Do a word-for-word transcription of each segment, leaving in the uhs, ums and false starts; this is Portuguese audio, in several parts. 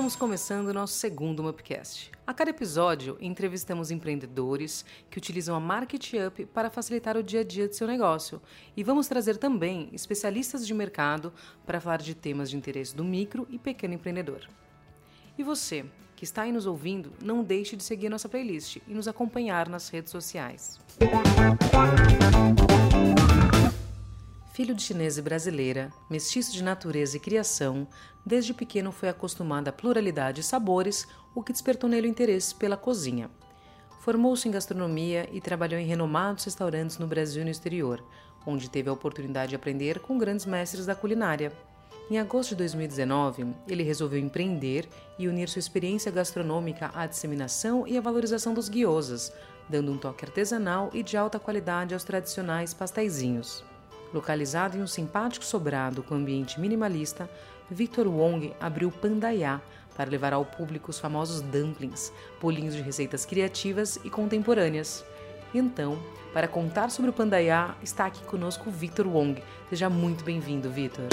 Estamos começando o nosso segundo Mupcast. A cada episódio, entrevistamos empreendedores que utilizam a Market Up para facilitar o dia a dia de seu negócio. E vamos trazer também especialistas de mercado para falar de temas de interesse do micro e pequeno empreendedor. E você, que está aí nos ouvindo, não deixe de seguir nossa playlist e nos acompanhar nas redes sociais. Filho de chinesa e brasileira, mestiço de natureza e criação, desde pequeno foi acostumado à pluralidade de sabores, o que despertou nele o interesse pela cozinha. Formou-se em gastronomia e trabalhou em renomados restaurantes no Brasil e no exterior, onde teve a oportunidade de aprender com grandes mestres da culinária. Em agosto de dois mil e dezenove, ele resolveu empreender e unir sua experiência gastronômica à disseminação e à valorização dos gyozas, dando um toque artesanal e de alta qualidade aos tradicionais pasteizinhos. Localizado em um simpático sobrado com ambiente minimalista, Victor Wong abriu o Pandaiá para levar ao público os famosos dumplings, bolinhos de receitas criativas e contemporâneas. Então, para contar sobre o Pandaiá, está aqui conosco o Victor Wong. Seja muito bem-vindo, Victor.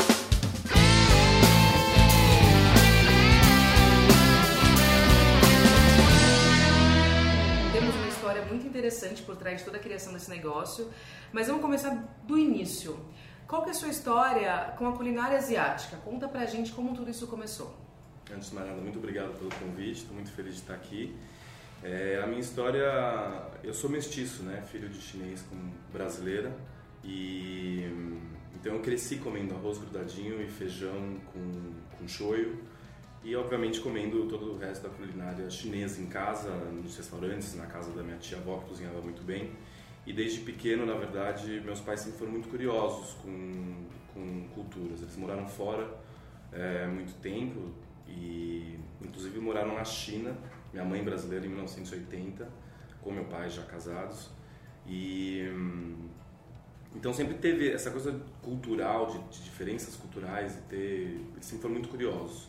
Muito interessante por trás de toda a criação desse negócio, mas vamos começar do início. Qual que é a sua história com a culinária asiática? Conta pra gente como tudo isso começou. Antes de mais nada, muito obrigado pelo convite, estou muito feliz de estar aqui. É, a minha história, eu sou mestiço, né? Filho de chinês com brasileira, e então eu cresci comendo arroz grudadinho e feijão com, com shoyu. E, obviamente, comendo todo o resto da culinária chinesa em casa, nos restaurantes, na casa da minha tia-avó, que cozinhava muito bem. E desde pequeno, na verdade, meus pais sempre foram muito curiosos com, com culturas. Eles moraram fora há é, muito tempo e, inclusive, moraram na China. Minha mãe brasileira em mil novecentos e oitenta, com meu pai já casados. E então sempre teve essa coisa cultural, de, de diferenças culturais, e ter, eles sempre foram muito curiosos.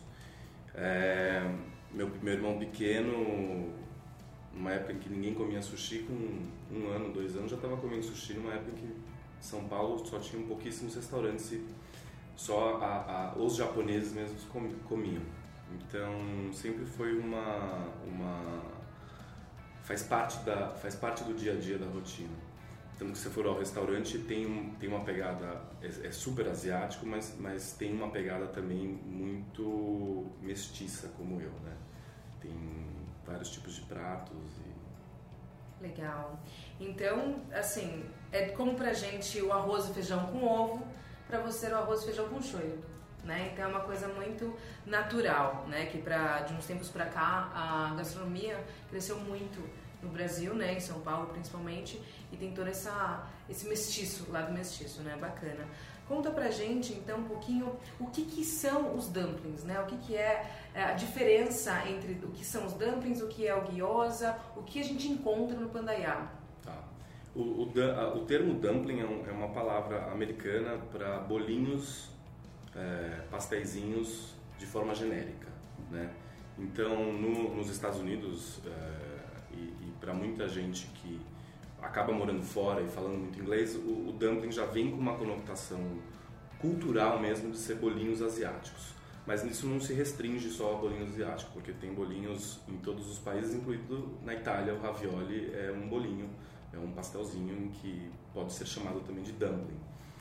É, meu, meu irmão pequeno, numa época em que ninguém comia sushi, com um ano, dois anos, já estava comendo sushi, numa época em que São Paulo só tinha pouquíssimos restaurantes e só a, a, os japoneses mesmos comiam. Então sempre foi uma, uma faz parte da faz parte do dia a dia da rotina. Tanto que se você for ao restaurante, tem, tem uma pegada, é, é super asiático, mas, mas tem uma pegada também muito mestiça, como eu, né? Tem vários tipos de pratos e... Legal. Então, assim, é como pra gente o arroz e feijão com ovo, pra você era o arroz e feijão com shoyu, né? Então é uma coisa muito natural, né? Que pra, de uns tempos pra cá, a gastronomia cresceu muito no Brasil, né, em São Paulo principalmente, e tem todo essa, esse mestiço, lado mestiço, né, bacana. Conta pra gente, então, um pouquinho o que que são os dumplings, né, o que que é a diferença entre o que são os dumplings, o que é o gyoza, o que a gente encontra no Pandaiá. Tá. O, o, o termo dumpling é, um, é uma palavra americana para bolinhos, é, pasteizinhos de forma genérica, né. Então, no, nos Estados Unidos, é, para muita gente que acaba morando fora e falando muito inglês, o, o dumpling já vem com uma conotação cultural mesmo de ser bolinhos asiáticos. Mas isso não se restringe só a bolinhos asiáticos, porque tem bolinhos em todos os países, incluindo na Itália, o ravioli é um bolinho, é um pastelzinho que pode ser chamado também de dumpling.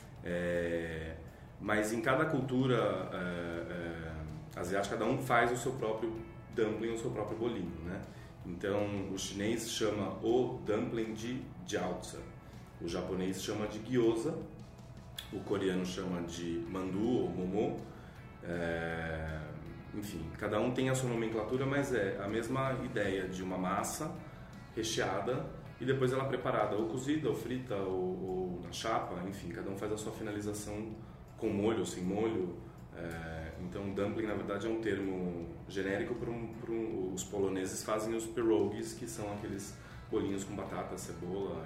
É, mas em cada cultura é, é, asiática, cada um faz o seu próprio dumpling, o seu próprio bolinho, né? Então, o chinês chama o dumpling de jiaozi, o japonês chama de gyoza, o coreano chama de mandu ou momo, é, enfim, cada um tem a sua nomenclatura, mas é a mesma ideia de uma massa recheada e depois ela é preparada ou cozida, ou frita, ou, ou na chapa, enfim, cada um faz a sua finalização com molho ou sem molho. É, então, dumpling na verdade é um termo genérico para um, para um, os poloneses fazem os pierogies, que são aqueles bolinhos com batata, cebola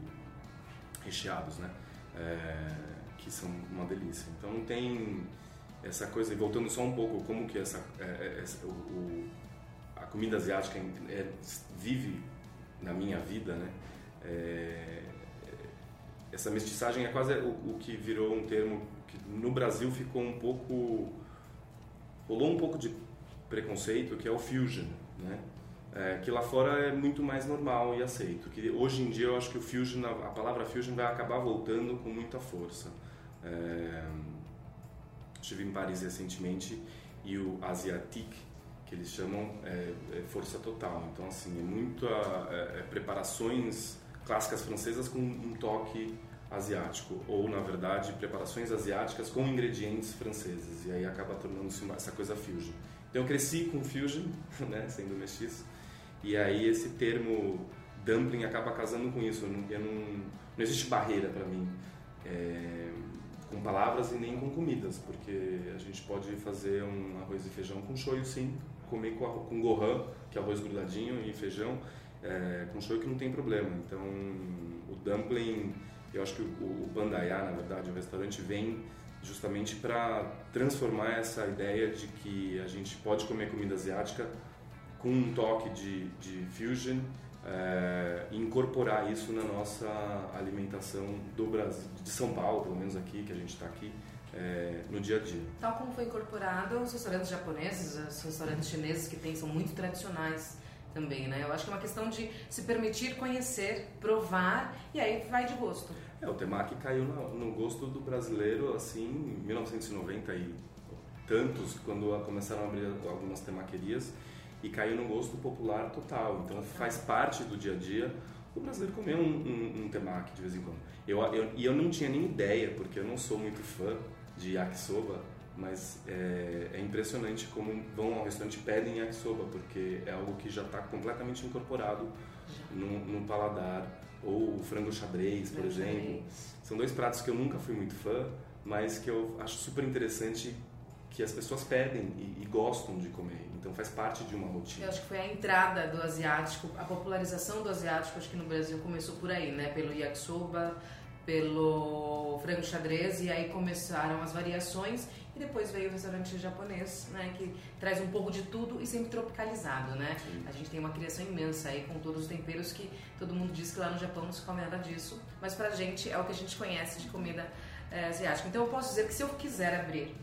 e recheados, né? É, que são uma delícia. Então tem essa coisa, e voltando só um pouco como que essa, é, essa o, o, a comida asiática é, vive na minha vida, né? É, essa mestiçagem é quase o, o que virou um termo que no Brasil ficou um pouco, rolou um pouco de preconceito, que é o fusion, né? É, que lá fora é muito mais normal e aceito. Que hoje em dia eu acho que o fusion, a palavra fusion vai acabar voltando com muita força. É, estive em Paris recentemente e o asiatique, que eles chamam, é, é força total. Então assim, é muito é, é, preparações clássicas francesas com um toque asiático, ou na verdade preparações asiáticas com ingredientes franceses, e aí acaba tornando-se essa coisa fusion. Então eu cresci com fusion, né, sendo mestiço, e aí esse termo dumpling acaba casando com isso. Eu não, eu não, não existe barreira para mim é, com palavras e nem com comidas, porque a gente pode fazer um arroz e feijão com shoyu, sim, comer com, com gohan, que é arroz grudadinho, e feijão é, com shoyu, que não tem problema. Então o dumpling, eu acho que o, o Bandaiá, na verdade, o restaurante vem justamente para transformar essa ideia de que a gente pode comer comida asiática com um toque de, de fusion é, e incorporar isso na nossa alimentação do Brasil, de São Paulo, pelo menos aqui, que a gente está aqui, é, no dia a dia. Tal como foi incorporado os restaurantes japoneses, os restaurantes chineses que tem, são muito tradicionais também, né? Eu acho que é uma questão de se permitir conhecer, provar, e aí vai de gosto. É, o temaki caiu no, no gosto do brasileiro, assim, em mil novecentos e noventa e tantos, quando começaram a abrir algumas temaquerias, e caiu no gosto popular total. Então faz parte do dia a dia o brasileiro comer um, um, um temaki de vez em quando. Eu, eu, e eu não tinha nem ideia, porque eu não sou muito fã de yakisoba, mas é, é impressionante como vão ao restaurante e pedem yakisoba, porque é algo que já está completamente incorporado no, no paladar. Ou o frango xadrez, por exemplo. Xadrez. São dois pratos que eu nunca fui muito fã, mas que eu acho super interessante, que as pessoas pedem e, e gostam de comer. Então faz parte de uma rotina. Eu acho que foi a entrada do asiático, a popularização do asiático, acho que no Brasil começou por aí, né? Pelo yakisoba, pelo frango xadrez, e aí começaram as variações, e depois veio o restaurante japonês, né, que traz um pouco de tudo e sempre tropicalizado, né? Sim. A gente tem uma criação imensa aí com todos os temperos que todo mundo diz que lá no Japão não se come nada disso, mas pra gente é o que a gente conhece de comida é, asiática. Então eu posso dizer que se eu quiser abrir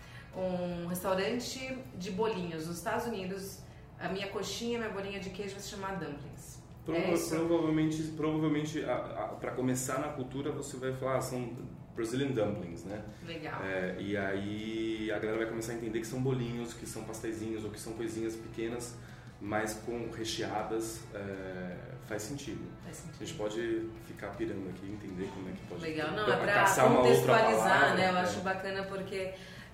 um restaurante de bolinhos nos Estados Unidos, a minha coxinha, minha bolinha de queijo vai se chamar dumplings. Prova é provavelmente, provavelmente para começar na cultura você vai falar, ah, são Brazilian dumplings, né? Legal. É, e aí a galera vai começar a entender que são bolinhos, que são pastéisinhos ou que são coisinhas pequenas, mas com recheadas, é, faz sentido. Faz sentido. A gente pode ficar pirando aqui e entender como é que pode... Legal, não, é para contextualizar, palavra, né? Eu é. acho bacana porque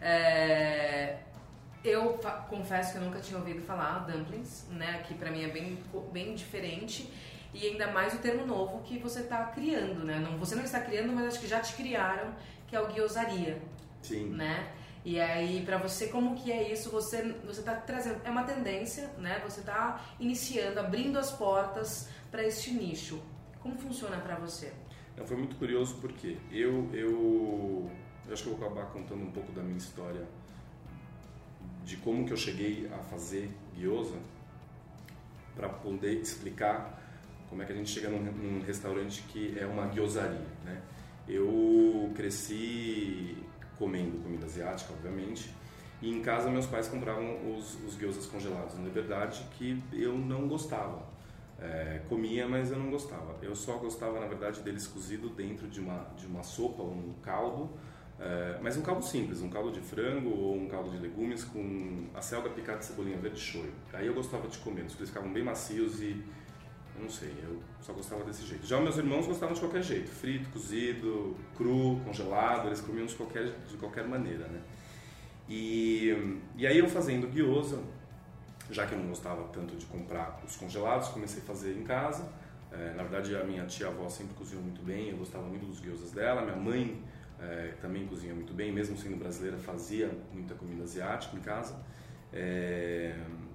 é, eu confesso que eu nunca tinha ouvido falar dumplings, né? Que pra mim é bem, bem diferente. E ainda mais o termo novo que você está criando, né? Não, você não está criando, mas acho que já te criaram, que é o gyozaria. Sim. Né? E aí, para você, como que é isso? Você você está trazendo, é uma tendência, né? Você está iniciando, abrindo as portas para este nicho. Como funciona para você? Não, foi muito curioso porque eu, eu, eu acho que eu vou acabar contando um pouco da minha história de como que eu cheguei a fazer gyoza para poder explicar como é que a gente chega num, num restaurante que é uma gyozaria, né? Eu cresci comendo comida asiática, obviamente, e em casa meus pais compravam os, os gyozas congelados na Liberdade, que eu não gostava. É, comia, mas eu não gostava. Eu só gostava, na verdade, deles cozido dentro de uma, de uma sopa, um caldo, é, mas um caldo simples, um caldo de frango ou um caldo de legumes com a selga picada de cebolinha verde e shoyu. Aí eu gostava de comer, eles ficavam bem macios e eu não sei, eu só gostava desse jeito. Já meus irmãos gostavam de qualquer jeito, frito, cozido, cru, congelado, eles comiam de qualquer, de qualquer maneira, né? E, e aí eu fazendo gyoza, já que eu não gostava tanto de comprar os congelados, comecei a fazer em casa. É, na verdade, a minha tia-avó sempre cozinhou muito bem, eu gostava muito dos gyozas dela. Minha mãe é, também cozinha muito bem, mesmo sendo brasileira, fazia muita comida asiática em casa. É,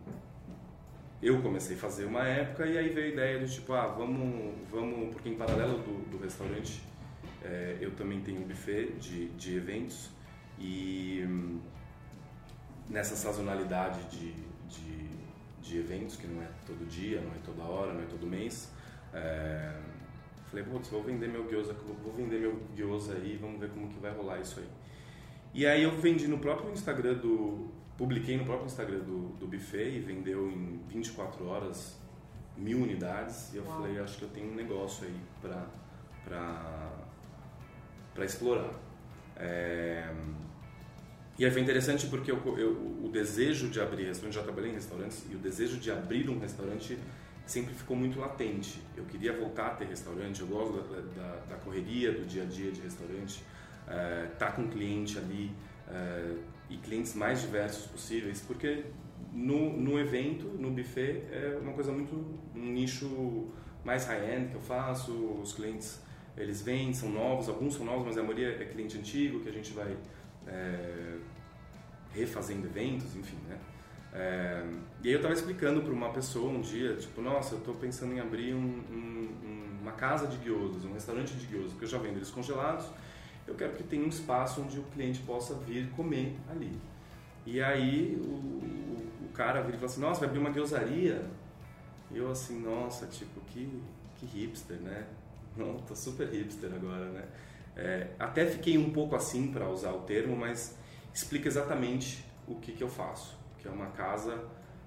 eu comecei a fazer uma época e aí veio a ideia de tipo, ah, vamos, vamos porque em paralelo do, do restaurante é, eu também tenho um buffet de, de eventos e hum, nessa sazonalidade de, de, de eventos, que não é todo dia, não é toda hora, não é todo mês, é, falei, putz, vou vender meu gyoza, vou vender meu gyoza aí, vamos ver como que vai rolar isso aí. E aí eu vendi no próprio Instagram do... Publiquei no próprio Instagram do, do buffet e vendeu em vinte e quatro horas mil unidades. E eu Uau. falei, acho que eu tenho um negócio aí pra, pra, pra explorar. É... E aí foi interessante porque eu, eu, o desejo de abrir restaurante, já trabalhei em restaurantes, e o desejo de abrir um restaurante sempre ficou muito latente. Eu queria voltar a ter restaurante, eu gosto da, da, da correria do dia a dia de restaurante, é, tá com cliente ali, é, e clientes mais diversos possíveis, porque no, no evento, no buffet, é uma coisa muito, um nicho mais high-end que eu faço, os clientes, eles vêm, são novos, alguns são novos, mas a maioria é cliente antigo, que a gente vai é, refazendo eventos, enfim, né? É, e aí eu estava explicando para uma pessoa um dia, tipo, nossa, eu estou pensando em abrir um, um, uma casa de gyozas, um restaurante de gyozas, porque eu já vendo eles congelados, eu quero que tenha um espaço onde o cliente possa vir comer ali. E aí o, o, o cara vira e fala assim, nossa, vai abrir uma gyozaria? E eu assim, nossa, tipo, que, que hipster, né? Não, tô super hipster agora, né? É, até fiquei um pouco assim para usar o termo, mas explica exatamente o que, que eu faço, que é uma casa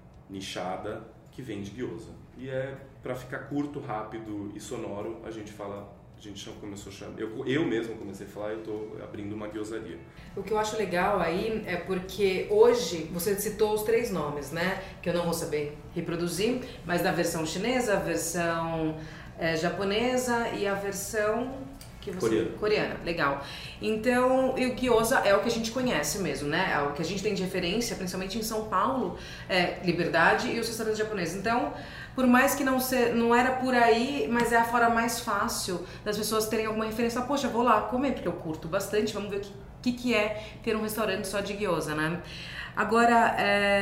nichada que vende gyoza. E é, para ficar curto, rápido e sonoro, a gente fala... A gente começou a chamar, eu, eu mesmo comecei a falar, eu estou abrindo uma gyozaria. O que eu acho legal aí é porque hoje você citou os três nomes, né? Que eu não vou saber reproduzir, mas da versão chinesa, a versão é, japonesa e a versão que você... coreana. Coreana, legal. Então, e o gyoza é o que a gente conhece mesmo, né? É o que a gente tem de referência, principalmente em São Paulo, é Liberdade e os restaurantes japoneses. Então, por mais que não, ser, não era por aí, mas é a forma mais fácil das pessoas terem alguma referência. Poxa, vou lá comer, porque eu curto bastante, vamos ver o que, que, que é ter um restaurante só de gyoza, né? Agora,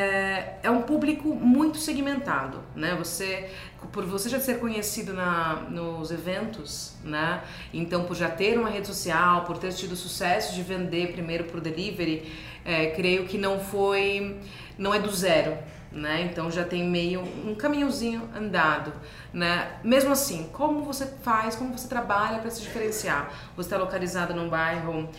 é, é um público muito segmentado, né? Você, por você já ser conhecido na, nos eventos, né? Então, por já ter uma rede social, por ter tido sucesso de vender primeiro por delivery, é, creio que não foi, não é do zero, né? Então já tem meio um caminhozinho andado, né? Mesmo assim, como você faz, como você trabalha para se diferenciar? Você está localizado num bairro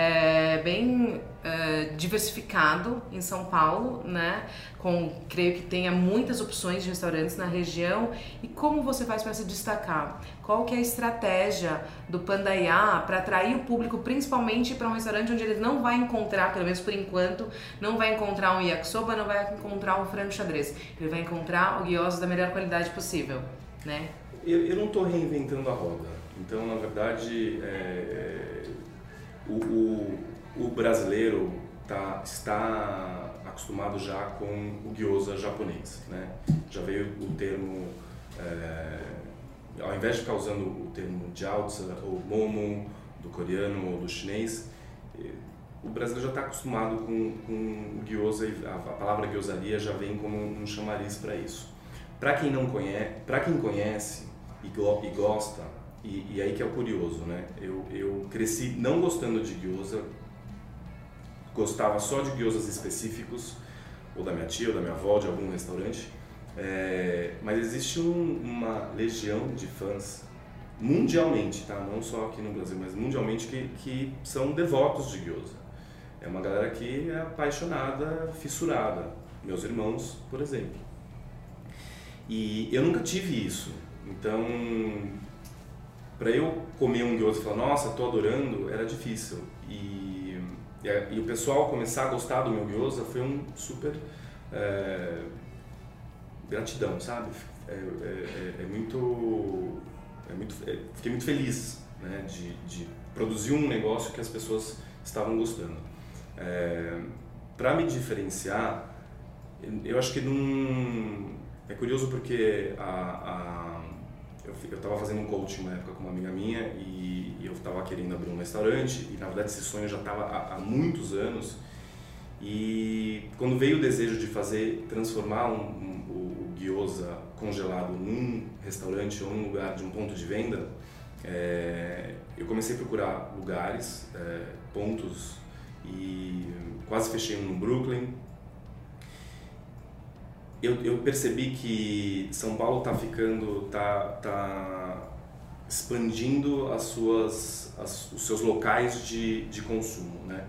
é, bem é, diversificado em São Paulo, né? Com, creio que tenha muitas opções de restaurantes na região. E como você faz para se destacar? Qual que é a estratégia do Pandaiá para atrair o público, principalmente para um restaurante onde ele não vai encontrar, pelo menos por enquanto, não vai encontrar um yakisoba, não vai encontrar um frango xadrez. Ele vai encontrar o gyoza da melhor qualidade possível, né? Eu, eu não estou reinventando a roda. Então, na verdade, é, o, o, o brasileiro tá, está acostumado já com o gyoza japonês, né? Já veio o termo, é, ao invés de ficar usando o termo jiaozi ou momo do coreano ou do chinês, o brasileiro já está acostumado com, com o gyoza, e a, a palavra gyozaria já vem como um chamariz para isso. Para quem não conhece, para quem conhece e, go, e gosta, e, e aí que é o curioso, né? Eu, eu cresci não gostando de gyoza, gostava só de gyozas específicos, ou da minha tia, ou da minha avó, de algum restaurante, é, mas existe um, uma legião de fãs mundialmente, tá? Não só aqui no Brasil, mas mundialmente, que, que são devotos de gyoza. É uma galera que é apaixonada, fissurada. Meus irmãos, por exemplo. E eu nunca tive isso. Então, para eu comer um gyoza e falar, nossa, tô adorando, era difícil. E, e, e o pessoal começar a gostar do meu gyoza foi um super é, gratidão, sabe? É, é, é muito, é muito, é, fiquei muito feliz, né, de, de produzir um negócio que as pessoas estavam gostando. É, para me diferenciar, eu acho que não... É curioso porque a, a, eu estava fazendo um coaching uma época com uma amiga minha e, e eu estava querendo abrir um restaurante e na verdade esse sonho já estava há, há muitos anos, e quando veio o desejo de fazer, transformar um, um, o, o gyoza congelado num restaurante ou num lugar de um ponto de venda, é, eu comecei a procurar lugares, é, pontos, e quase fechei um no Brooklyn. Eu, eu percebi que São Paulo está ficando, tá, tá expandindo as suas, as, os seus locais de, de consumo, né?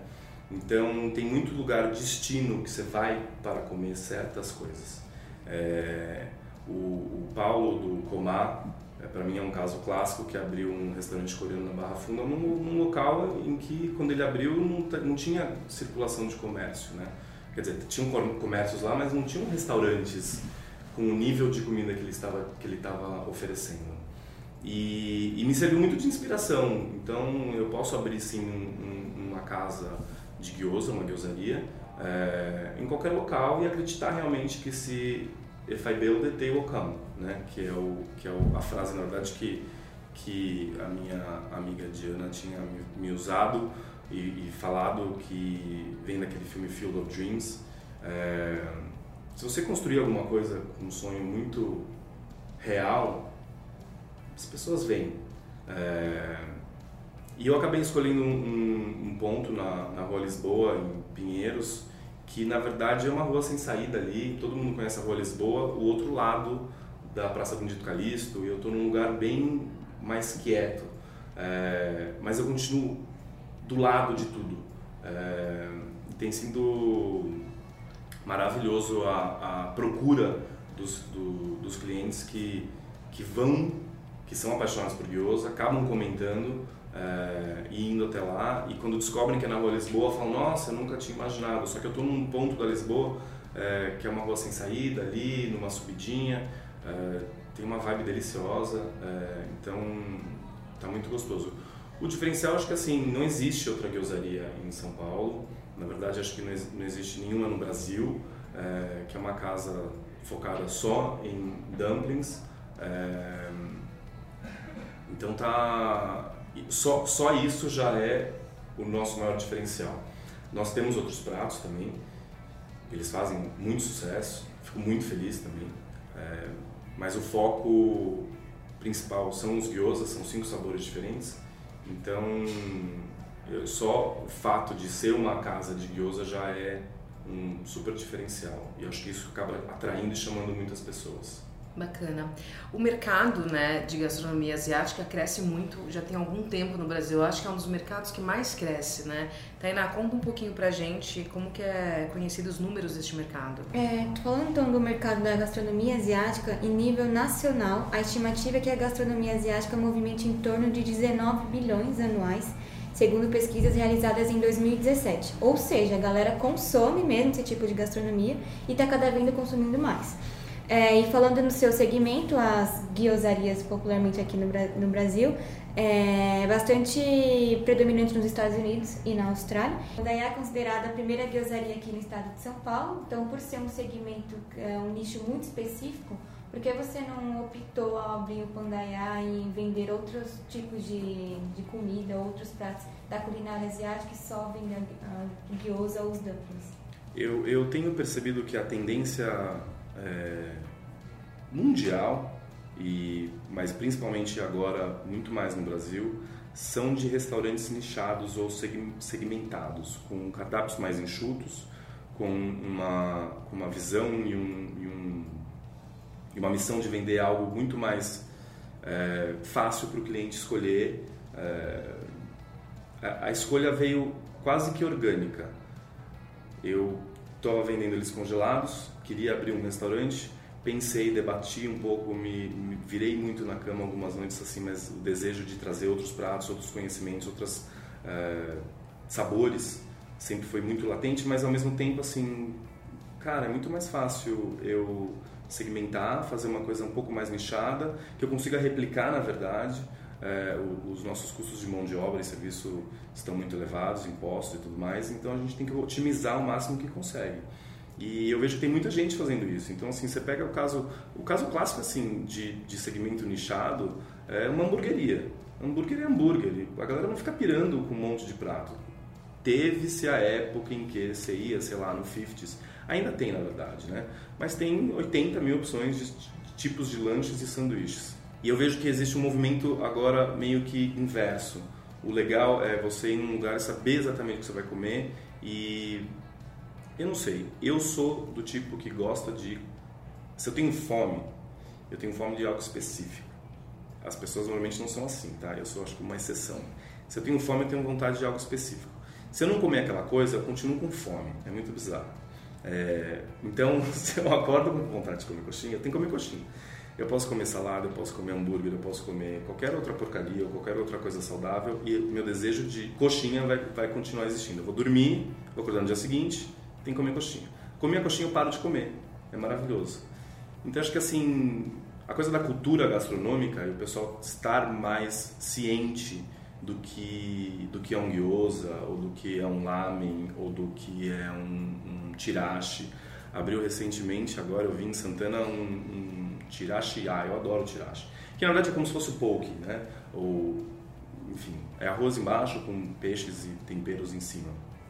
Então tem muito lugar destino que você vai para comer certas coisas. É, o, o Paulo do Comá, é, para mim é um caso clássico, que abriu um restaurante coreano na Barra Funda num, num local em que, quando ele abriu, não, não tinha circulação de comércio, né? Quer dizer, tinham comércios lá, mas não tinham restaurantes com o nível de comida que ele estava, que ele estava oferecendo. E, e me serviu muito de inspiração. Então eu posso abrir sim um, um, uma casa de gyoza, uma gyozaria, é, em qualquer local, e acreditar realmente que se if I build it, they will come, né? Que é, o, que é o, a frase, na verdade, que, que a minha amiga Diana tinha me, me usado e, e falado, que vem daquele filme Field of Dreams. É, se você construir alguma coisa com um sonho muito real, as pessoas vêm. É, e eu acabei escolhendo um, um, um ponto na, na Rua Lisboa, em Pinheiros, que na verdade é uma rua sem saída ali, todo mundo conhece a Rua Lisboa, o outro lado da Praça Benedito Calixto, e eu estou num lugar bem mais quieto, é, mas eu continuo do lado de tudo. É, tem sido maravilhoso a, a procura dos, do, dos clientes que, que vão, que são apaixonados por gyoza, acabam comentando, É, e indo até lá, e quando descobrem que é na Rua Lisboa, falam: nossa, eu nunca tinha imaginado, só que eu estou num ponto da Lisboa, é, que é uma rua sem saída ali, numa subidinha, é, tem uma vibe deliciosa, é, então tá muito gostoso. O diferencial, acho que assim, não existe outra gyozaria em São Paulo, na verdade acho que não, não existe nenhuma no Brasil, é, que é uma casa focada só em dumplings, é, então tá... Só, só isso já é o nosso maior diferencial. Nós temos outros pratos também, eles fazem muito sucesso, fico muito feliz também, é, mas o foco principal são os gyozas, são cinco sabores diferentes, então eu, só o fato de ser uma casa de gyoza já é um super diferencial, e acho que isso acaba atraindo e chamando muitas pessoas. Bacana. O mercado, né, de gastronomia asiática cresce muito, já tem algum tempo no Brasil. Eu acho que é um dos mercados que mais cresce, né? Tainá, conta um pouquinho pra gente como que é conhecido os números deste mercado. É, falando então do mercado da gastronomia asiática, em nível nacional, a estimativa é que a gastronomia asiática movimente em torno de dezenove bilhões anuais, segundo pesquisas realizadas em dois mil e dezessete. Ou seja, a galera consome mesmo esse tipo de gastronomia e está cada vez consumindo mais. É, e falando no seu segmento, as gyozarias popularmente aqui no, no Brasil, é bastante predominante nos Estados Unidos e na Austrália. O Pandaiá é considerada a primeira gyozaria aqui no estado de São Paulo, então por ser um segmento, é, um nicho muito específico, por que você não optou ao abrir o Pandaiá e vender outros tipos de, de comida, outros pratos da culinária asiática e só vender a gyoza ou os dumplings? Eu, eu tenho percebido que a tendência... É, mundial, e, mas principalmente agora muito mais no Brasil, são de restaurantes nichados ou segmentados, com cardápios mais enxutos, com uma, com uma visão e, um, e, um, e uma missão de vender algo muito mais é, fácil para o cliente escolher. É, a, a escolha veio quase que orgânica. Eu estava vendendo eles congelados, queria abrir um restaurante, pensei, debati um pouco, me, me virei muito na cama algumas noites assim, mas o desejo de trazer outros pratos, outros conhecimentos, outros uh, sabores sempre foi muito latente, mas ao mesmo tempo assim, cara, é muito mais fácil eu segmentar, fazer uma coisa um pouco mais nichada, que eu consiga replicar na verdade. É, os nossos custos de mão de obra e serviço estão muito elevados, impostos e tudo mais, então a gente tem que otimizar o máximo que consegue. E eu vejo que tem muita gente fazendo isso. Então, assim, você pega o caso, o caso clássico assim de, de segmento nichado é uma hamburgueria. Hambúrguer é hambúrguer. A galera não fica pirando com um monte de prato. Teve-se a época em que você ia, sei lá, no cinquentas, ainda tem na verdade, né? Mas tem oitenta mil opções de, de tipos de lanches e sanduíches. E eu vejo que existe um movimento agora meio que inverso. O legal é você ir num lugar e saber exatamente o que você vai comer. E eu não sei, eu sou do tipo que gosta de... Se eu tenho fome, eu tenho fome de algo específico. As pessoas normalmente não são assim, tá? Eu sou, acho que, uma exceção. Se eu tenho fome, eu tenho vontade de algo específico. Se eu não comer aquela coisa, eu continuo com fome. É muito bizarro. É, então, se eu acordo com vontade de comer coxinha, eu tenho que comer coxinha. Eu posso comer salada, eu posso comer hambúrguer, eu posso comer qualquer outra porcaria ou qualquer outra coisa saudável e meu desejo de coxinha vai, vai continuar existindo. Eu vou dormir, vou acordar no dia seguinte, tenho que comer coxinha. Comi a coxinha, eu paro de comer. É maravilhoso. Então, acho que assim, a coisa da cultura gastronômica e o pessoal estar mais ciente do que, do que é um gyoza, ou do que é um lamen, ou do que é um, um chirashi. Abriu recentemente, agora eu vi em Santana, um, um chirashi, ah, eu adoro chirashi. Que na verdade é como se fosse o poke, né? Ou, enfim, é arroz embaixo com peixes e temperos em cima.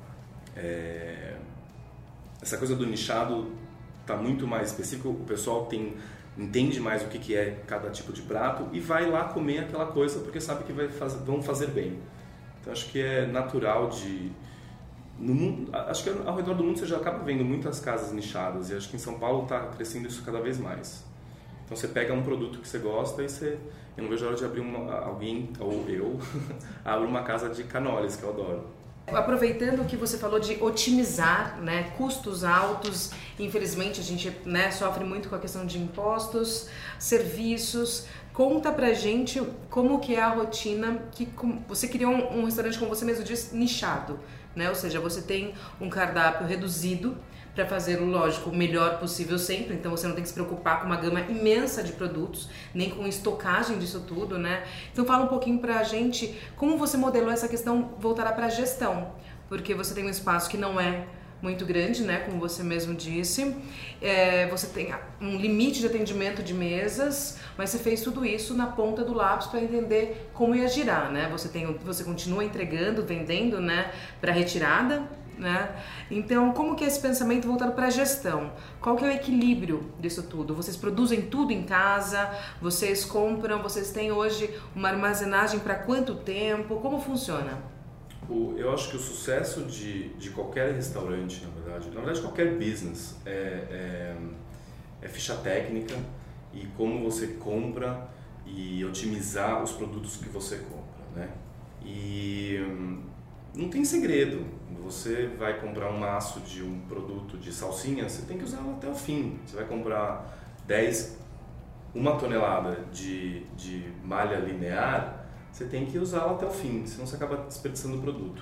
É... Essa coisa do nichado está muito mais específico, o pessoal tem... entende mais o que, que é cada tipo de prato e vai lá comer aquela coisa porque sabe que vai fazer, vão fazer bem. Então acho que é natural de... No mundo, acho que ao redor do mundo você já acaba vendo muitas casas nichadas e acho que em São Paulo está crescendo isso cada vez mais. Então você pega um produto que você gosta e você... Eu não vejo a hora de abrir uma, alguém, ou eu, abro uma casa de canoles, que eu adoro. Aproveitando o que você falou de otimizar, né, custos altos, infelizmente a gente, né, sofre muito com a questão de impostos, serviços. Conta pra gente como que é a rotina, que você criou um, um restaurante, como você mesmo disse, nichado, né? Ou seja, você tem um cardápio reduzido para fazer, lógico, o melhor possível sempre, então você não tem que se preocupar com uma gama imensa de produtos, nem com estocagem disso tudo, né? Então fala um pouquinho pra gente como você modelou essa questão voltada para a gestão, porque você tem um espaço que não é muito grande, né, como você mesmo disse, é, você tem um limite de atendimento de mesas, mas você fez tudo isso na ponta do lápis para entender como ia girar, né? Você tem, você continua entregando, vendendo, né, para retirada, né? Então, como que é esse pensamento voltado para a gestão? Qual que é o equilíbrio disso tudo? Vocês produzem tudo em casa? Vocês compram? Vocês têm hoje uma armazenagem para quanto tempo? Como funciona? O, eu acho que o sucesso de, de qualquer restaurante, na verdade, na verdade qualquer business, é, é, é ficha técnica e como você compra e otimizar os produtos que você compra, né? E hum, não tem segredo. Você vai comprar um maço de um produto de salsinha, você tem que usá-lo até o fim. Você vai comprar dez, uma tonelada de, de malha linear, você tem que usá-la até o fim, senão você acaba desperdiçando o produto.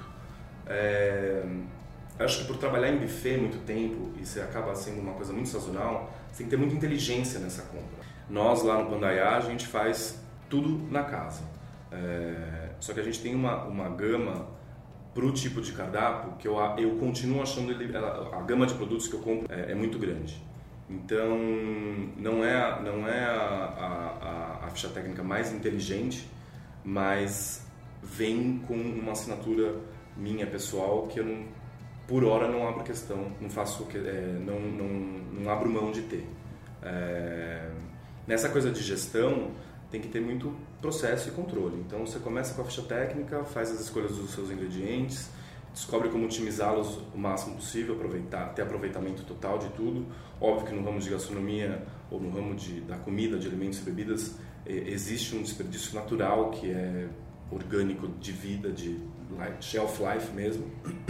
É, acho que por trabalhar em buffet muito tempo, e você acaba sendo uma coisa muito sazonal, você tem que ter muita inteligência nessa compra. Nós lá no Pandaiá, a gente faz tudo na casa. É, só que a gente tem uma, uma gama para o tipo de cardápio que eu, eu continuo achando ele, a, a gama de produtos que eu compro é, é muito grande. Então, não é, não é a, a, a ficha técnica mais inteligente, mas vem com uma assinatura minha pessoal que eu não, por hora não abro questão, não faço, é, não, não, não abro mão de ter. É, nessa coisa de gestão tem que ter muito processo e controle. Então você começa com a ficha técnica, faz as escolhas dos seus ingredientes, descobre como otimizá-los o máximo possível, aproveitar, ter aproveitamento total de tudo. Óbvio que no ramo de gastronomia ou no ramo de, da comida, de alimentos e bebidas, existe um desperdício natural que é orgânico de vida, de shelf life mesmo.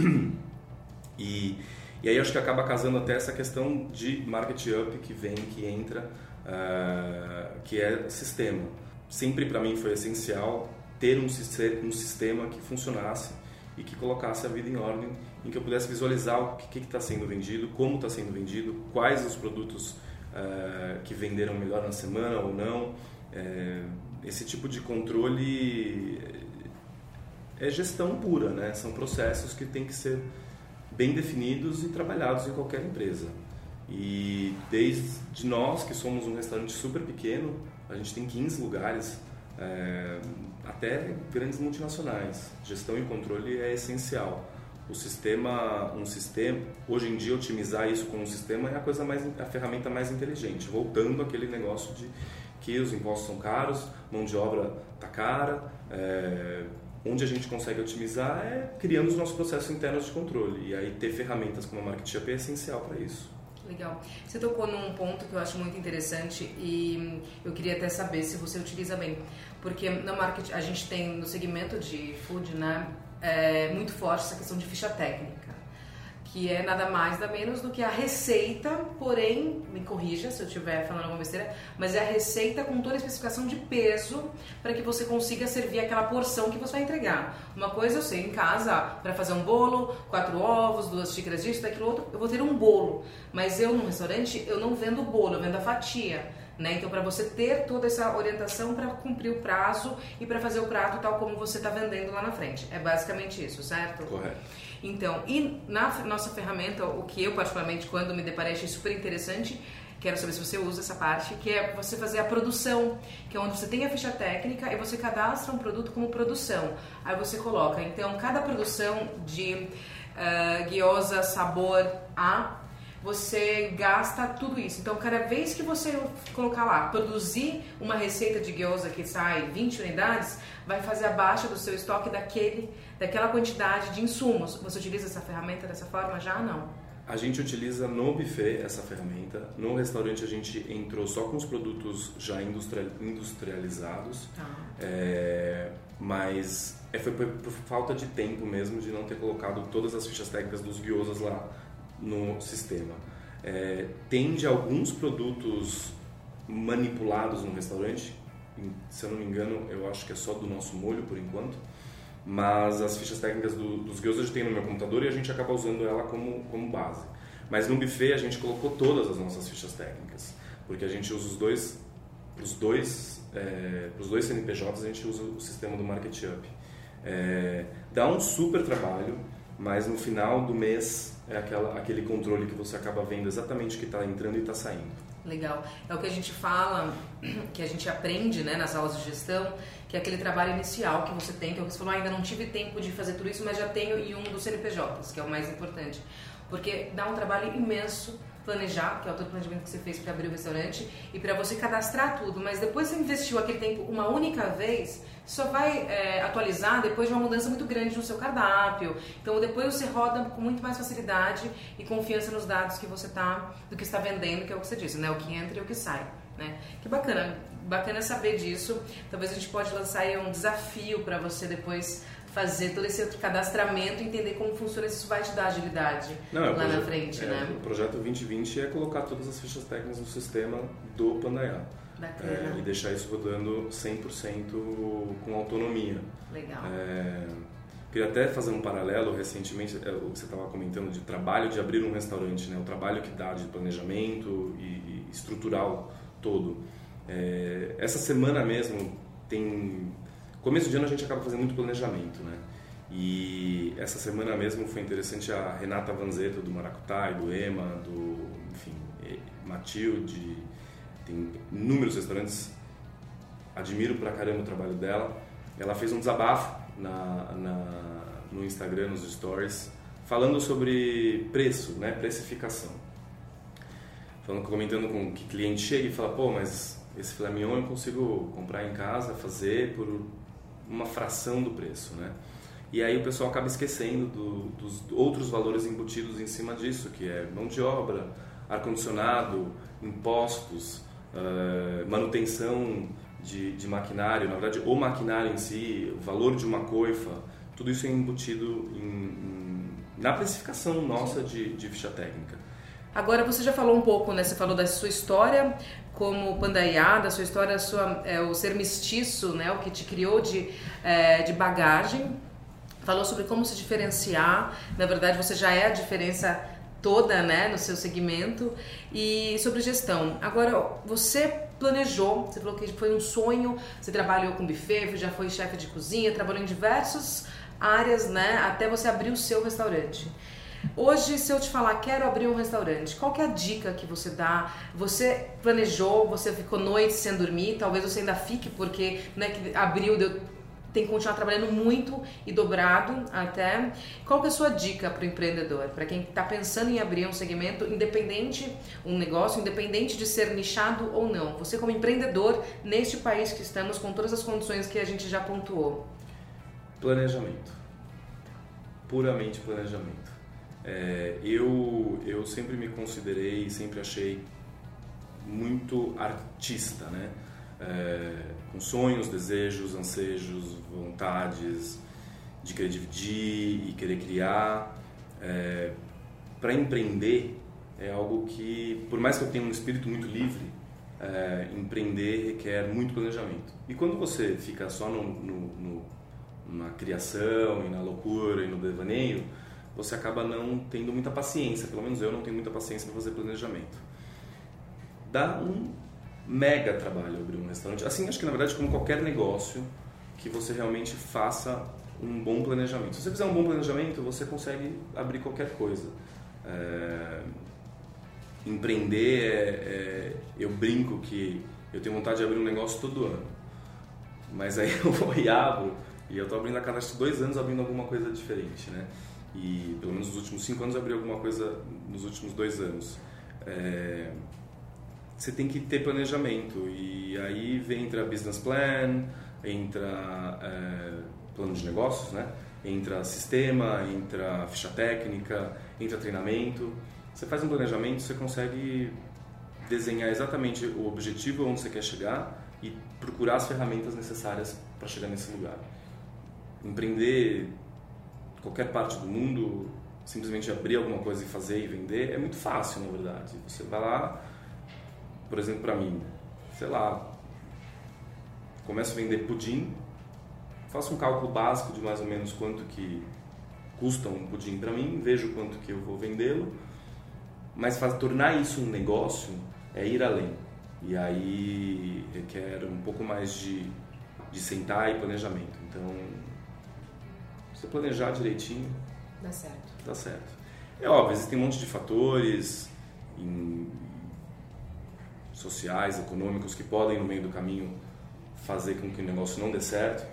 E, e aí acho que acaba casando até essa questão de market up que vem, que entra, uh, que é sistema. Sempre para mim foi essencial ter um, um sistema que funcionasse e que colocasse a vida em ordem, em que eu pudesse visualizar o que está sendo vendido, como está sendo vendido, quais os produtos uh, que venderam melhor na semana ou não. É, esse tipo de controle é gestão pura, né? São processos que têm que ser bem definidos e trabalhados em qualquer empresa. E desde nós, que somos um restaurante super pequeno, a gente tem quinze lugares, é, até grandes multinacionais. Gestão e controle é essencial. O sistema, um sistema, hoje em dia otimizar isso com um sistema é a coisa mais, a ferramenta mais inteligente. Voltando àquele negócio de que os impostos são caros, mão de obra está cara, é, onde a gente consegue otimizar é criando os nossos processos internos de controle. E aí ter ferramentas como a Market Up é essencial para isso. Legal. Você tocou num ponto que eu acho muito interessante e eu queria até saber se você utiliza bem. Porque na market, a gente tem no segmento de food, né, é, muito forte essa questão de ficha técnica, que é nada mais, nada menos do que a receita, porém, me corrija se eu estiver falando alguma besteira, mas é a receita com toda a especificação de peso para que você consiga servir aquela porção que você vai entregar. Uma coisa eu sei, em casa, para fazer um bolo, quatro ovos, duas xícaras disso, daquilo outro, eu vou ter um bolo, mas eu no restaurante, eu não vendo o bolo, eu vendo a fatia. Né? Então, para você ter toda essa orientação para cumprir o prazo e para fazer o prato tal como você está vendendo lá na frente. É basicamente isso, certo? Correto. Então, e na nossa ferramenta, o que eu particularmente, quando me deparei, achei super interessante, quero saber se você usa essa parte, que é você fazer a produção, que é onde você tem a ficha técnica e você cadastra um produto como produção. Aí você coloca, então, cada produção de uh, gyoza sabor A, você gasta tudo isso. Então, cada vez que você colocar lá, produzir uma receita de gyoza que sai vinte unidades, vai fazer a baixa do seu estoque daquele, daquela quantidade de insumos. Você utiliza essa ferramenta dessa forma já? Não. A gente utiliza no buffet essa ferramenta. No restaurante a gente entrou só com os produtos já industrializados. Ah. É, mas é, foi por, por falta de tempo mesmo de não ter colocado todas as fichas técnicas dos gyozas lá no sistema. É, tem de alguns produtos manipulados no restaurante, se eu não me engano, eu acho que é só do nosso molho por enquanto, mas as fichas técnicas do, dos gyoza eu já tenho no meu computador e a gente acaba usando ela como, como base. Mas no buffet a gente colocou todas as nossas fichas técnicas, porque a gente usa os dois, os dois, é, os dois C N P Js, a gente usa o sistema do Market Up. É, dá um super trabalho, mas no final do mês é aquela, aquele controle que você acaba vendo exatamente o que está entrando e está saindo. Legal. É o que a gente fala, que a gente aprende, né, nas aulas de gestão, que é aquele trabalho inicial que você tem, que é o que você falou, ah, ainda não tive tempo de fazer tudo isso, mas já tenho em um dos C N P Js, que é o mais importante. Porque dá um trabalho imenso planejar, que é o todo planejamento que você fez para abrir o restaurante, e para você cadastrar tudo, mas depois você investiu aquele tempo uma única vez, só vai é, atualizar depois de uma mudança muito grande no seu cardápio. Então depois você roda com muito mais facilidade e confiança nos dados que você tá, do que está vendendo, que é o que você disse, né? O que entra e o que sai, né? Que bacana, bacana saber disso. Talvez a gente pode lançar aí um desafio para você depois fazer todo esse outro cadastramento e entender como funciona, se isso vai te dar agilidade. Não, lá projeto, na frente, é, né? O projeto vinte e vinte é colocar todas as fichas técnicas no sistema do Pandaiá. É, e deixar isso rodando cem por cento com autonomia. Legal. É, queria até fazer um paralelo recentemente, é, o que você estava comentando de trabalho de abrir um restaurante, né? O trabalho que dá de planejamento e, e estrutural todo. É, essa semana mesmo tem... Começo de ano a gente acaba fazendo muito planejamento, né? E essa semana mesmo foi interessante a Renata Vanzeto do Maracutai, do Ema, do, enfim, Matilde, tem inúmeros restaurantes, admiro pra caramba o trabalho dela. Ela fez um desabafo na, na, no Instagram, nos stories, falando sobre preço, né? Precificação. Falando, comentando com que cliente chega e fala, pô, mas esse filé mignon eu consigo comprar em casa, fazer por uma fração do preço, né? E aí o pessoal acaba esquecendo do, dos outros valores embutidos em cima disso, que é mão de obra, ar-condicionado, impostos, uh, manutenção de, de maquinário, na verdade o maquinário em si, o valor de uma coifa, tudo isso é embutido em, em, na precificação nossa de, de ficha técnica. Agora você já falou um pouco, né? Você falou da sua história como Pandaiá, da sua história, sua, é, o ser mestiço, né? O que te criou de, é, de bagagem. Falou sobre como se diferenciar. Na verdade, você já é a diferença toda, né? No seu segmento. E sobre gestão. Agora, você planejou, você falou que foi um sonho, você trabalhou com buffet, já foi chefe de cozinha, trabalhou em diversas áreas, né? Até você abrir o seu restaurante. Hoje, se eu te falar, quero abrir um restaurante, qual que é a dica que você dá? Você planejou, você ficou noites sem dormir, talvez você ainda fique, porque né, que abriu, deu, tem que continuar trabalhando muito e dobrado até. Qual que é a sua dica para o empreendedor? Para quem está pensando em abrir um segmento, independente, um negócio, independente de ser nichado ou não. Você como empreendedor, neste país que estamos, com todas as condições que a gente já pontuou. Planejamento. Puramente planejamento. É, eu, eu sempre me considerei, sempre achei muito artista, né? É, com sonhos, desejos, ansejos, vontades. de querer dividir e querer criar. É, para empreender é algo que, por mais que eu tenha um espírito muito livre, é, empreender requer muito planejamento. E quando você fica só no, no, no, na criação e na loucura e no devaneio, você acaba não tendo muita paciência, pelo menos eu não tenho muita paciência para fazer planejamento. Dá um mega trabalho abrir um restaurante. Assim, acho que na verdade como qualquer negócio que você realmente faça um bom planejamento. Se você fizer um bom planejamento, você consegue abrir qualquer coisa. É... Empreender, é, é... eu brinco que eu tenho vontade de abrir um negócio todo ano. Mas aí eu vou e abro, e eu estou abrindo a cada dois anos abrindo alguma coisa diferente, né? E pelo menos nos últimos cinco anos eu abri alguma coisa nos últimos dois anos. É... Você tem que ter planejamento, e aí vem entra business plan, entra é, plano de negócios, né? Entra sistema, entra ficha técnica, entra treinamento. Você faz um planejamento, você consegue desenhar exatamente o objetivo onde você quer chegar e procurar as ferramentas necessárias para chegar nesse lugar. Empreender qualquer parte do mundo, simplesmente abrir alguma coisa e fazer e vender, é muito fácil, na verdade. Você vai lá, por exemplo, para mim, sei lá, começo a vender pudim, faço um cálculo básico de mais ou menos quanto que custa um pudim para mim, vejo quanto que eu vou vendê-lo, mas faz, tornar isso um negócio é ir além. E aí requer um pouco mais de, de sentar e planejamento. Então, se você planejar direitinho, dá certo. Dá certo. É óbvio, existem um monte de fatores em, sociais, econômicos, que podem no meio do caminho fazer com que o negócio não dê certo,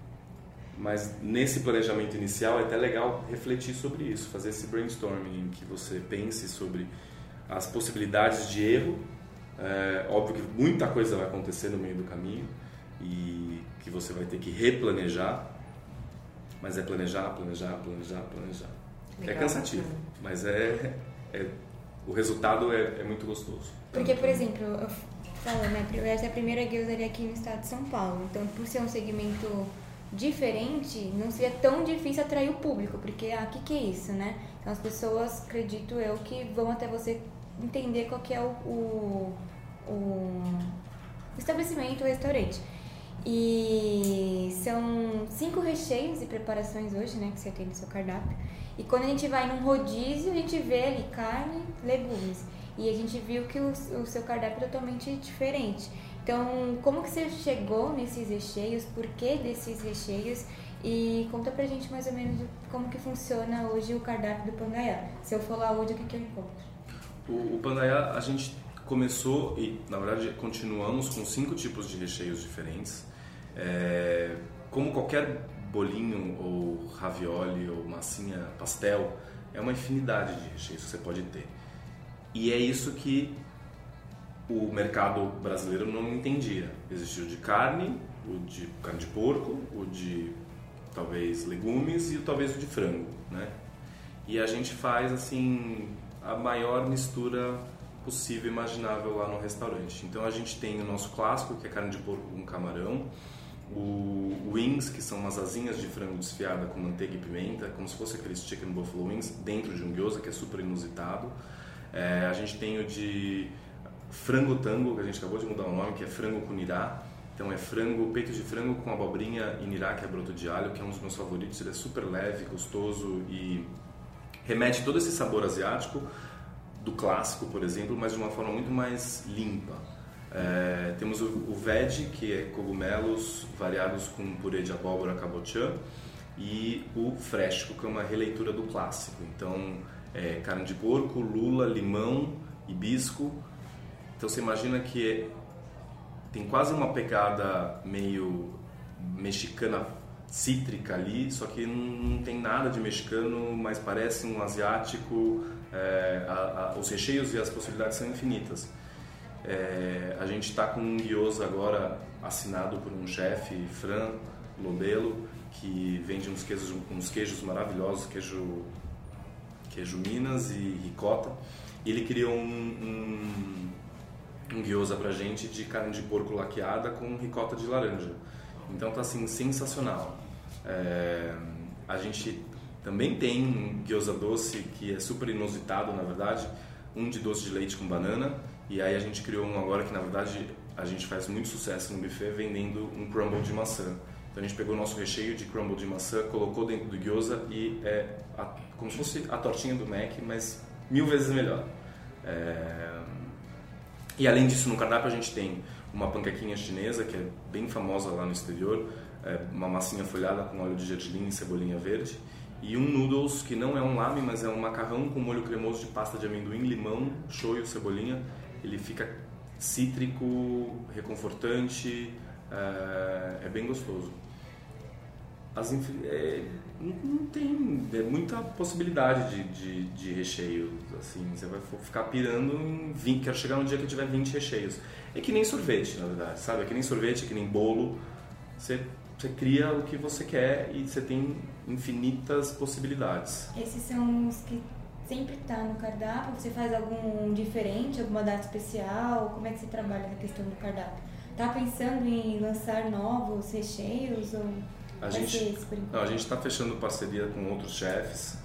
mas nesse planejamento inicial é até legal refletir sobre isso, fazer esse brainstorming em que você pense sobre as possibilidades de erro. É óbvio que muita coisa vai acontecer no meio do caminho e que você vai ter que replanejar, mas é planejar, planejar, planejar, planejar. Legal, é cansativo, bacana. Mas é, é, o resultado é, é muito gostoso. Porque, por exemplo, eu falo, né, essa é a primeira guildaria aqui no estado de São Paulo, então por ser um segmento diferente, não seria tão difícil atrair o público, porque, ah, o que, que é isso, né? Então as pessoas, acredito eu, que vão até você entender qual que é o, o, o estabelecimento, o restaurante. E são cinco recheios e preparações hoje, né, que você tem no seu cardápio. E quando a gente vai num rodízio, a gente vê ali carne, legumes. E a gente viu que o, o seu cardápio é totalmente diferente. Então, como que você chegou nesses recheios? Por que desses recheios? E conta pra gente mais ou menos como que funciona hoje o cardápio do Pandaiá. Se eu for lá hoje, o que, que eu encontro? O, o Pandaiá, a gente começou e, na verdade, continuamos com cinco tipos de recheios diferentes. É, como qualquer bolinho ou ravioli ou massinha, pastel, é uma infinidade de recheios que você pode ter. E é isso que o mercado brasileiro não entendia. Existia o de carne, o de carne de porco, o de talvez legumes e talvez o de frango, né? E a gente faz assim a maior mistura possível e imaginável lá no restaurante. Então a gente tem o nosso clássico, que é carne de porco com camarão, o wings, que são umas asinhas de frango desfiada com manteiga e pimenta, como se fosse aqueles chicken buffalo wings dentro de um gyoza, que é super inusitado. É, a gente tem o de frango tango, que a gente acabou de mudar o nome, que é frango com nirá. Então é frango, peito de frango com abobrinha e nirá, que é broto de alho, que é um dos meus favoritos. Ele é super leve, gostoso e remete todo esse sabor asiático do clássico, por exemplo, mas de uma forma muito mais limpa. É, temos o, o veg, que é cogumelos variados com purê de abóbora cabotiã, e o fresco, que é uma releitura do clássico. Então é carne de porco, lula, limão, hibisco. Então você imagina que é, tem quase uma pegada meio mexicana cítrica ali, só que não, não tem nada de mexicano, mas parece um asiático. É, a, a, os recheios e as possibilidades são infinitas. É, a gente está com um gyoza agora assinado por um chefe, Fran Lobelo, que vende uns queijos, uns queijos maravilhosos, queijo, queijo Minas e ricota. E ele criou um, um, um gyoza pra gente de carne de porco laqueada com ricota de laranja. Então tá assim, sensacional. É, a gente também tem um gyoza doce que é super inusitado, na verdade, um de doce de leite com banana, e aí a gente criou um agora que, na verdade, a gente faz muito sucesso no buffet vendendo um crumble de maçã. Então a gente pegou o nosso recheio de crumble de maçã, colocou dentro do gyoza e é a, como se fosse a tortinha do Mac, mas mil vezes melhor. É... E além disso, no cardápio a gente tem uma panquequinha chinesa, que é bem famosa lá no exterior, é uma massinha folhada com óleo de gergelim e cebolinha verde, e um noodles que não é um lamen, mas é um macarrão com molho cremoso de pasta de amendoim, limão, shoyu, cebolinha. Ele fica cítrico, reconfortante, é, é bem gostoso. As, é, não tem é muita possibilidade de, de, de recheio, assim, você vai ficar pirando em vinte, quero chegar no dia que tiver vinte recheios. É que nem sorvete, na verdade, sabe? É que nem sorvete, é que nem bolo, você, você cria o que você quer e você tem infinitas possibilidades. Esses são os que sempre tá no cardápio? Você faz algum diferente, alguma data especial? Como é que você trabalha na questão do cardápio? Tá pensando em lançar novos recheios ou... A gente, não, a gente está fechando parceria com outros chefes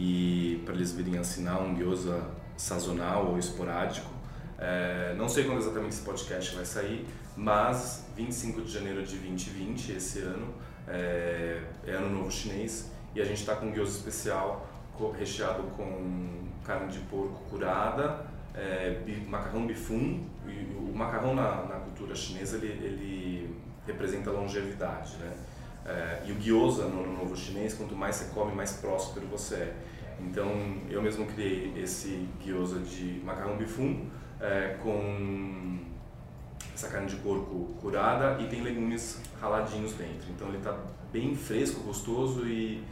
e para eles virem assinar um gyoza sazonal ou esporádico. É, não sei quando exatamente esse podcast vai sair, mas vinte e cinco de janeiro de vinte e vinte, esse ano, é, é ano novo chinês e a gente está com um gyoza especial recheado com carne de porco curada, é, macarrão bifum. E o macarrão na, na cultura chinesa ele, ele representa longevidade, né? É, e o gyoza no Ano Novo Chinês, quanto mais você come, mais próspero você é. Então, eu mesmo criei esse gyoza de macarrão bifum é, com essa carne de porco curada e tem legumes raladinhos dentro. Então, ele está bem fresco, gostoso e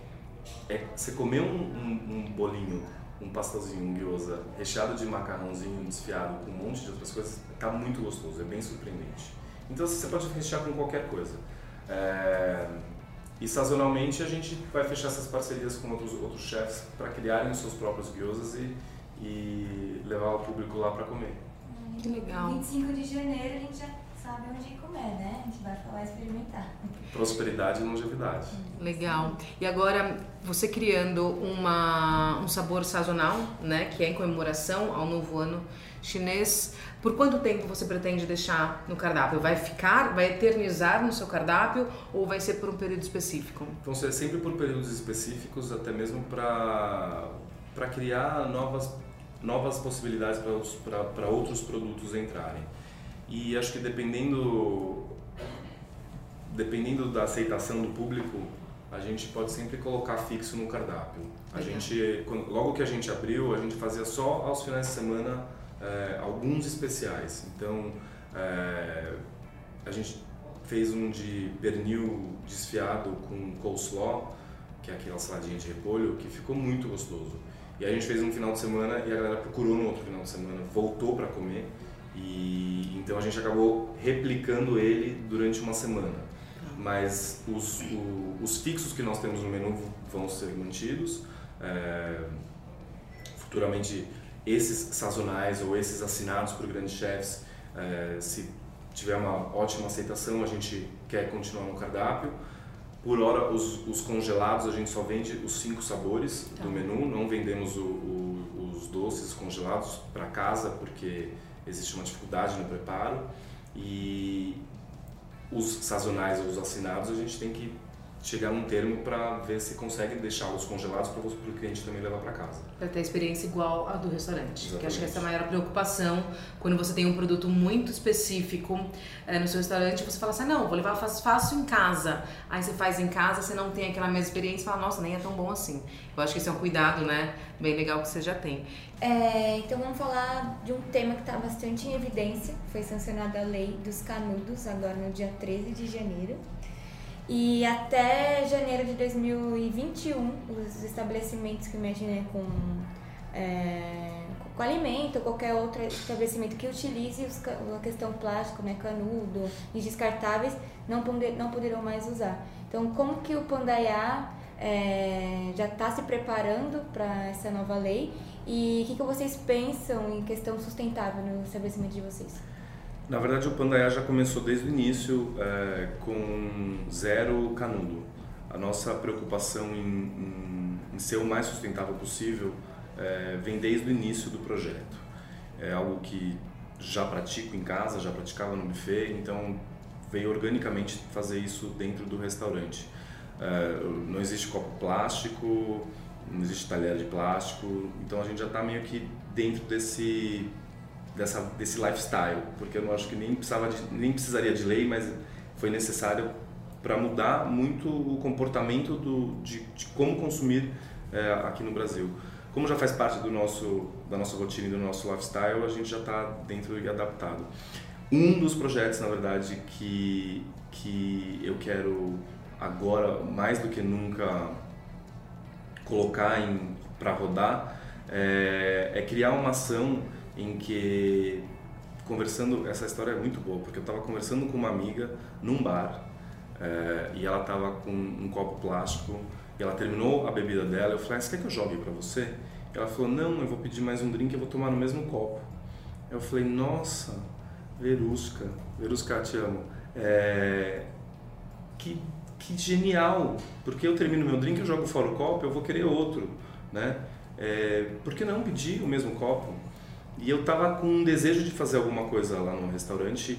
é, você comer um, um, um bolinho, um pastelzinho, um gyoza recheado de macarrãozinho desfiado com um monte de outras coisas, está muito gostoso, é bem surpreendente. Então, você pode rechear com qualquer coisa. É, e sazonalmente a gente vai fechar essas parcerias com outros, outros chefs para criarem os seus próprios gyozas e, e levar o público lá para comer. Que legal. vinte e cinco de janeiro a gente já sabe onde comer, né? A gente vai falar e experimentar. Prosperidade e longevidade. Legal. E agora, você criando uma, um sabor sazonal, né, que é em comemoração ao novo ano chinês, por quanto tempo você pretende deixar no cardápio? Vai ficar, vai eternizar no seu cardápio ou vai ser por um período específico? Vão ser sempre por períodos específicos, até mesmo para para criar novas, novas possibilidades para outros produtos entrarem. E acho que dependendo, dependendo da aceitação do público, a gente pode sempre colocar fixo no cardápio. A gente, quando, logo que a gente abriu, a gente fazia só aos finais de semana é, alguns especiais. Então, é, a gente fez um de pernil desfiado com coleslaw, que é aquela saladinha de repolho, que ficou muito gostoso. E a gente fez um final de semana e a galera procurou no outro final de semana, voltou para comer. E então a gente acabou replicando ele durante uma semana. Mas os, o, os fixos que nós temos no menu vão ser mantidos. É, futuramente, esses sazonais ou esses assinados por grandes chefs, é, se tiver uma ótima aceitação, a gente quer continuar no cardápio. Por hora, os, os congelados, a gente só vende os cinco sabores tá. do menu. Não vendemos o, o, os doces congelados para casa, porque existe uma dificuldade no preparo. E os sazonais ou os assinados, a gente tem que chegar num termo para ver se consegue deixar os congelados para o cliente também levar para casa. Para ter a experiência igual à do restaurante. Exatamente. Que acho que essa é a maior preocupação. Quando você tem um produto muito específico é, no seu restaurante, você fala assim, não, vou levar fácil, fácil em casa. Aí você faz em casa, você não tem aquela mesma experiência e fala, nossa, nem é tão bom assim. Eu acho que esse é um cuidado, né, bem legal que você já tem. É, então vamos falar de um tema que está bastante em evidência. Foi sancionada a lei dos canudos agora no dia treze de janeiro. E até janeiro de dois mil e vinte e um, os estabelecimentos que mexem né, com, é, com alimento ou qualquer outro estabelecimento que utilize os, a questão plástico, né, canudo e descartáveis, não, poder, não poderão mais usar. Então, como que o Pandaiá é, já está se preparando para essa nova lei e o que, que vocês pensam em questão sustentável no estabelecimento de vocês? Na verdade, o Pandaiá já começou desde o início é, com zero canudo. a nossa preocupação em, em, em ser o mais sustentável possível é, vem desde o início do projeto. É algo que já pratico em casa, já praticava no buffet, então veio organicamente fazer isso dentro do restaurante. É, não existe copo plástico, não existe talher de plástico, então a gente já está meio que dentro desse, dessa, desse lifestyle, porque eu não acho que nem, precisava de, nem precisaria de lei, mas foi necessário para mudar muito o comportamento do, de, de como consumir é, aqui no Brasil. Como já faz parte do nosso, da nossa rotina e do nosso lifestyle, a gente já está dentro e adaptado. Um dos projetos, na verdade, que, que eu quero agora, mais do que nunca, colocar para rodar, é, é criar uma ação em que, conversando, essa história é muito boa, porque eu estava conversando com uma amiga num bar, é, e ela estava com um copo plástico, e ela terminou a bebida dela, eu falei, ah, você quer que eu jogue para você? Ela falou, não, eu vou pedir mais um drink, eu vou tomar no mesmo copo. Eu falei, nossa, Verusca, Verusca, te amo, é, que, que genial, porque eu termino meu drink, eu jogo fora o copo, eu vou querer outro, né? É, por que não pedir o mesmo copo? E eu tava com um desejo de fazer alguma coisa lá no restaurante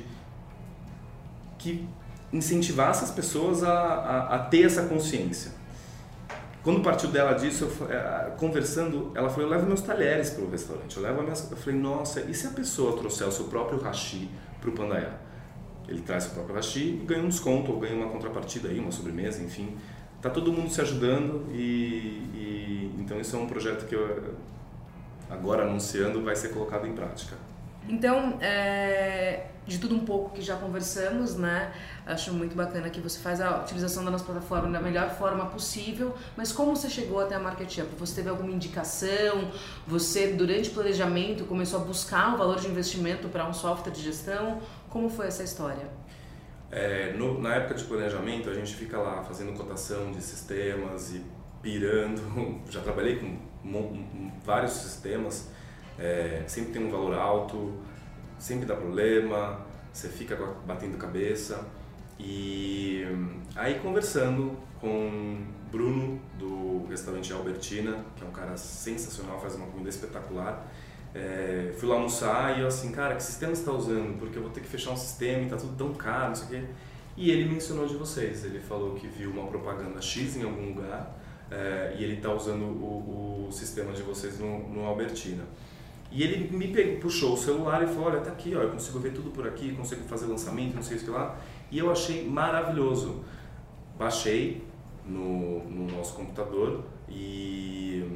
que incentivasse as pessoas a, a, a ter essa consciência. Quando partiu dela disso, eu, conversando, ela falou, eu levo meus talheres para o restaurante, eu levo minhas... Eu falei, nossa, e se a pessoa trouxer o seu próprio hashi para o Pandaiá? Ele traz o próprio hashi e ganha um desconto, ou ganha uma contrapartida aí, uma sobremesa, enfim. Tá todo mundo se ajudando e, e então isso é um projeto que eu, agora anunciando, vai ser colocado em prática. Então, é, de tudo um pouco que já conversamos, né? Acho muito bacana que você faz a utilização da nossa plataforma da melhor forma possível, mas como você chegou até a Market Up? Você teve alguma indicação? Você, durante o planejamento, começou a buscar o valor de investimento para um software de gestão? Como foi essa história? É, no, na época de planejamento, a gente fica lá fazendo cotação de sistemas e pirando. Já trabalhei com vários sistemas. É, sempre tem um valor alto, sempre dá problema, você fica batendo cabeça. E aí, conversando com Bruno do restaurante Albertina, que é um cara sensacional, faz uma comida espetacular, é, fui lá almoçar e eu assim, cara, que sistema você está usando? Porque eu vou ter que fechar um sistema e tá tudo tão caro, não sei o quê. E ele mencionou de vocês, ele falou que viu uma propaganda X em algum lugar, é, e ele está usando o, o sistema de vocês no, no Albertina. E ele me pegou, puxou o celular e falou, olha, tá aqui, ó, eu consigo ver tudo por aqui, consigo fazer lançamento, não sei o que lá. E eu achei maravilhoso. Baixei no, no nosso computador e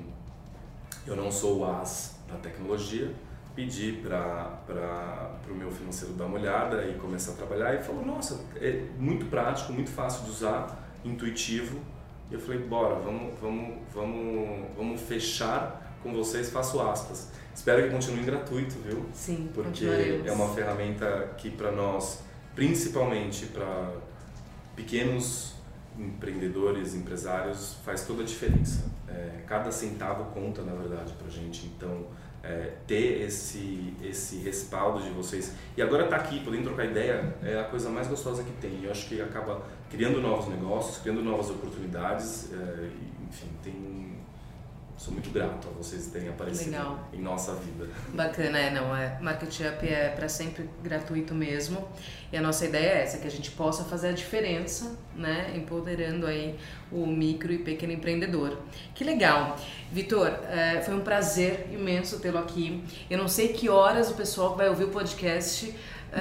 eu não sou o as da tecnologia, pedi para o meu financeiro dar uma olhada e começar a trabalhar e falou, nossa, é muito prático, muito fácil de usar, intuitivo. E eu falei, bora, vamos, vamos, vamos, vamos fechar com vocês, faço aspas. Espero que continue gratuito, viu? Sim, porque é uma ferramenta que para nós, principalmente para pequenos empreendedores, empresários, faz toda a diferença. É, cada centavo conta, na verdade, para a gente. Então, é, ter esse, esse respaldo de vocês. E agora estar tá aqui, podendo trocar ideia, é a coisa mais gostosa que tem. Eu acho que acaba criando novos negócios, criando novas oportunidades. É, enfim, tem... Sou muito grato a vocês terem aparecido Legal. Em nossa vida. Bacana, é, não, é, Market Up é para sempre gratuito mesmo, e a nossa ideia é essa, que a gente possa fazer a diferença, né, empoderando aí o micro e pequeno empreendedor. Que legal. Vitor, é, foi um prazer imenso tê-lo aqui. Eu não sei que horas o pessoal que vai ouvir o podcast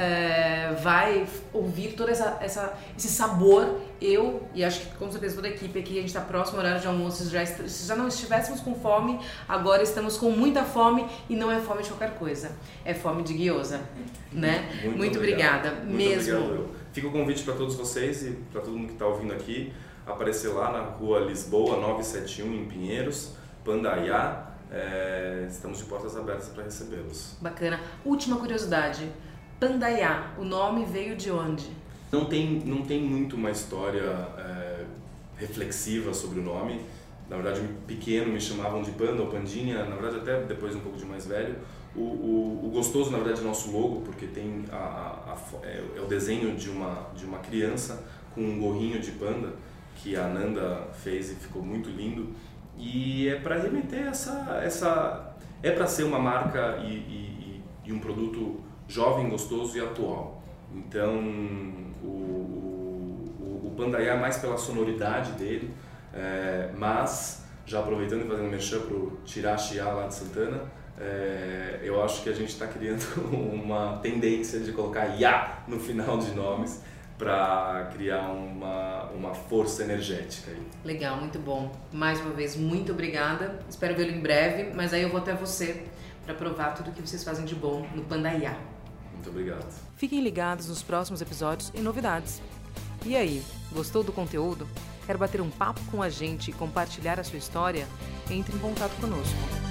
É, vai ouvir todo essa, essa, esse sabor. Eu, e acho que com certeza toda a equipe aqui, a gente está próximo ao horário de almoço, já, se já não estivéssemos com fome, agora estamos com muita fome, e não é fome de qualquer coisa, é fome de gyoza, né? Muito, Muito obrigada, Muito mesmo. Obrigado. Fica o convite para todos vocês e para todo mundo que está ouvindo aqui, aparecer lá na rua Lisboa novecentos e setenta e um, em Pinheiros, Pandaiá. É, estamos de portas abertas para recebê-los. Bacana. Última curiosidade, Pandaiá, o nome veio de onde? Não tem, não tem muito uma história é, reflexiva sobre o nome. Na verdade, pequeno me chamavam de Panda ou Pandinha, na verdade até depois um pouco de mais velho. O, o, o gostoso, na verdade, é nosso logo, porque tem a, a, a, é, é o desenho de uma, de uma criança com um gorrinho de panda, que a Nanda fez e ficou muito lindo. E é para remeter essa, essa é para ser uma marca e, e, e um produto jovem, gostoso e atual. Então o, o, o Pandaiá mais pela sonoridade dele, é, mas já aproveitando e fazendo merchan pro Tiraxiá lá de Santana, é, eu acho que a gente está criando uma tendência de colocar Iá no final de nomes para criar uma, uma força energética aí. Legal, muito bom. Mais uma vez, muito obrigada. Espero vê-lo em breve, mas aí eu vou até você para provar tudo que vocês fazem de bom no Pandaiá. Muito obrigado. Fiquem ligados nos próximos episódios e novidades. E aí, gostou do conteúdo? Quer bater um papo com a gente e compartilhar a sua história? Entre em contato conosco.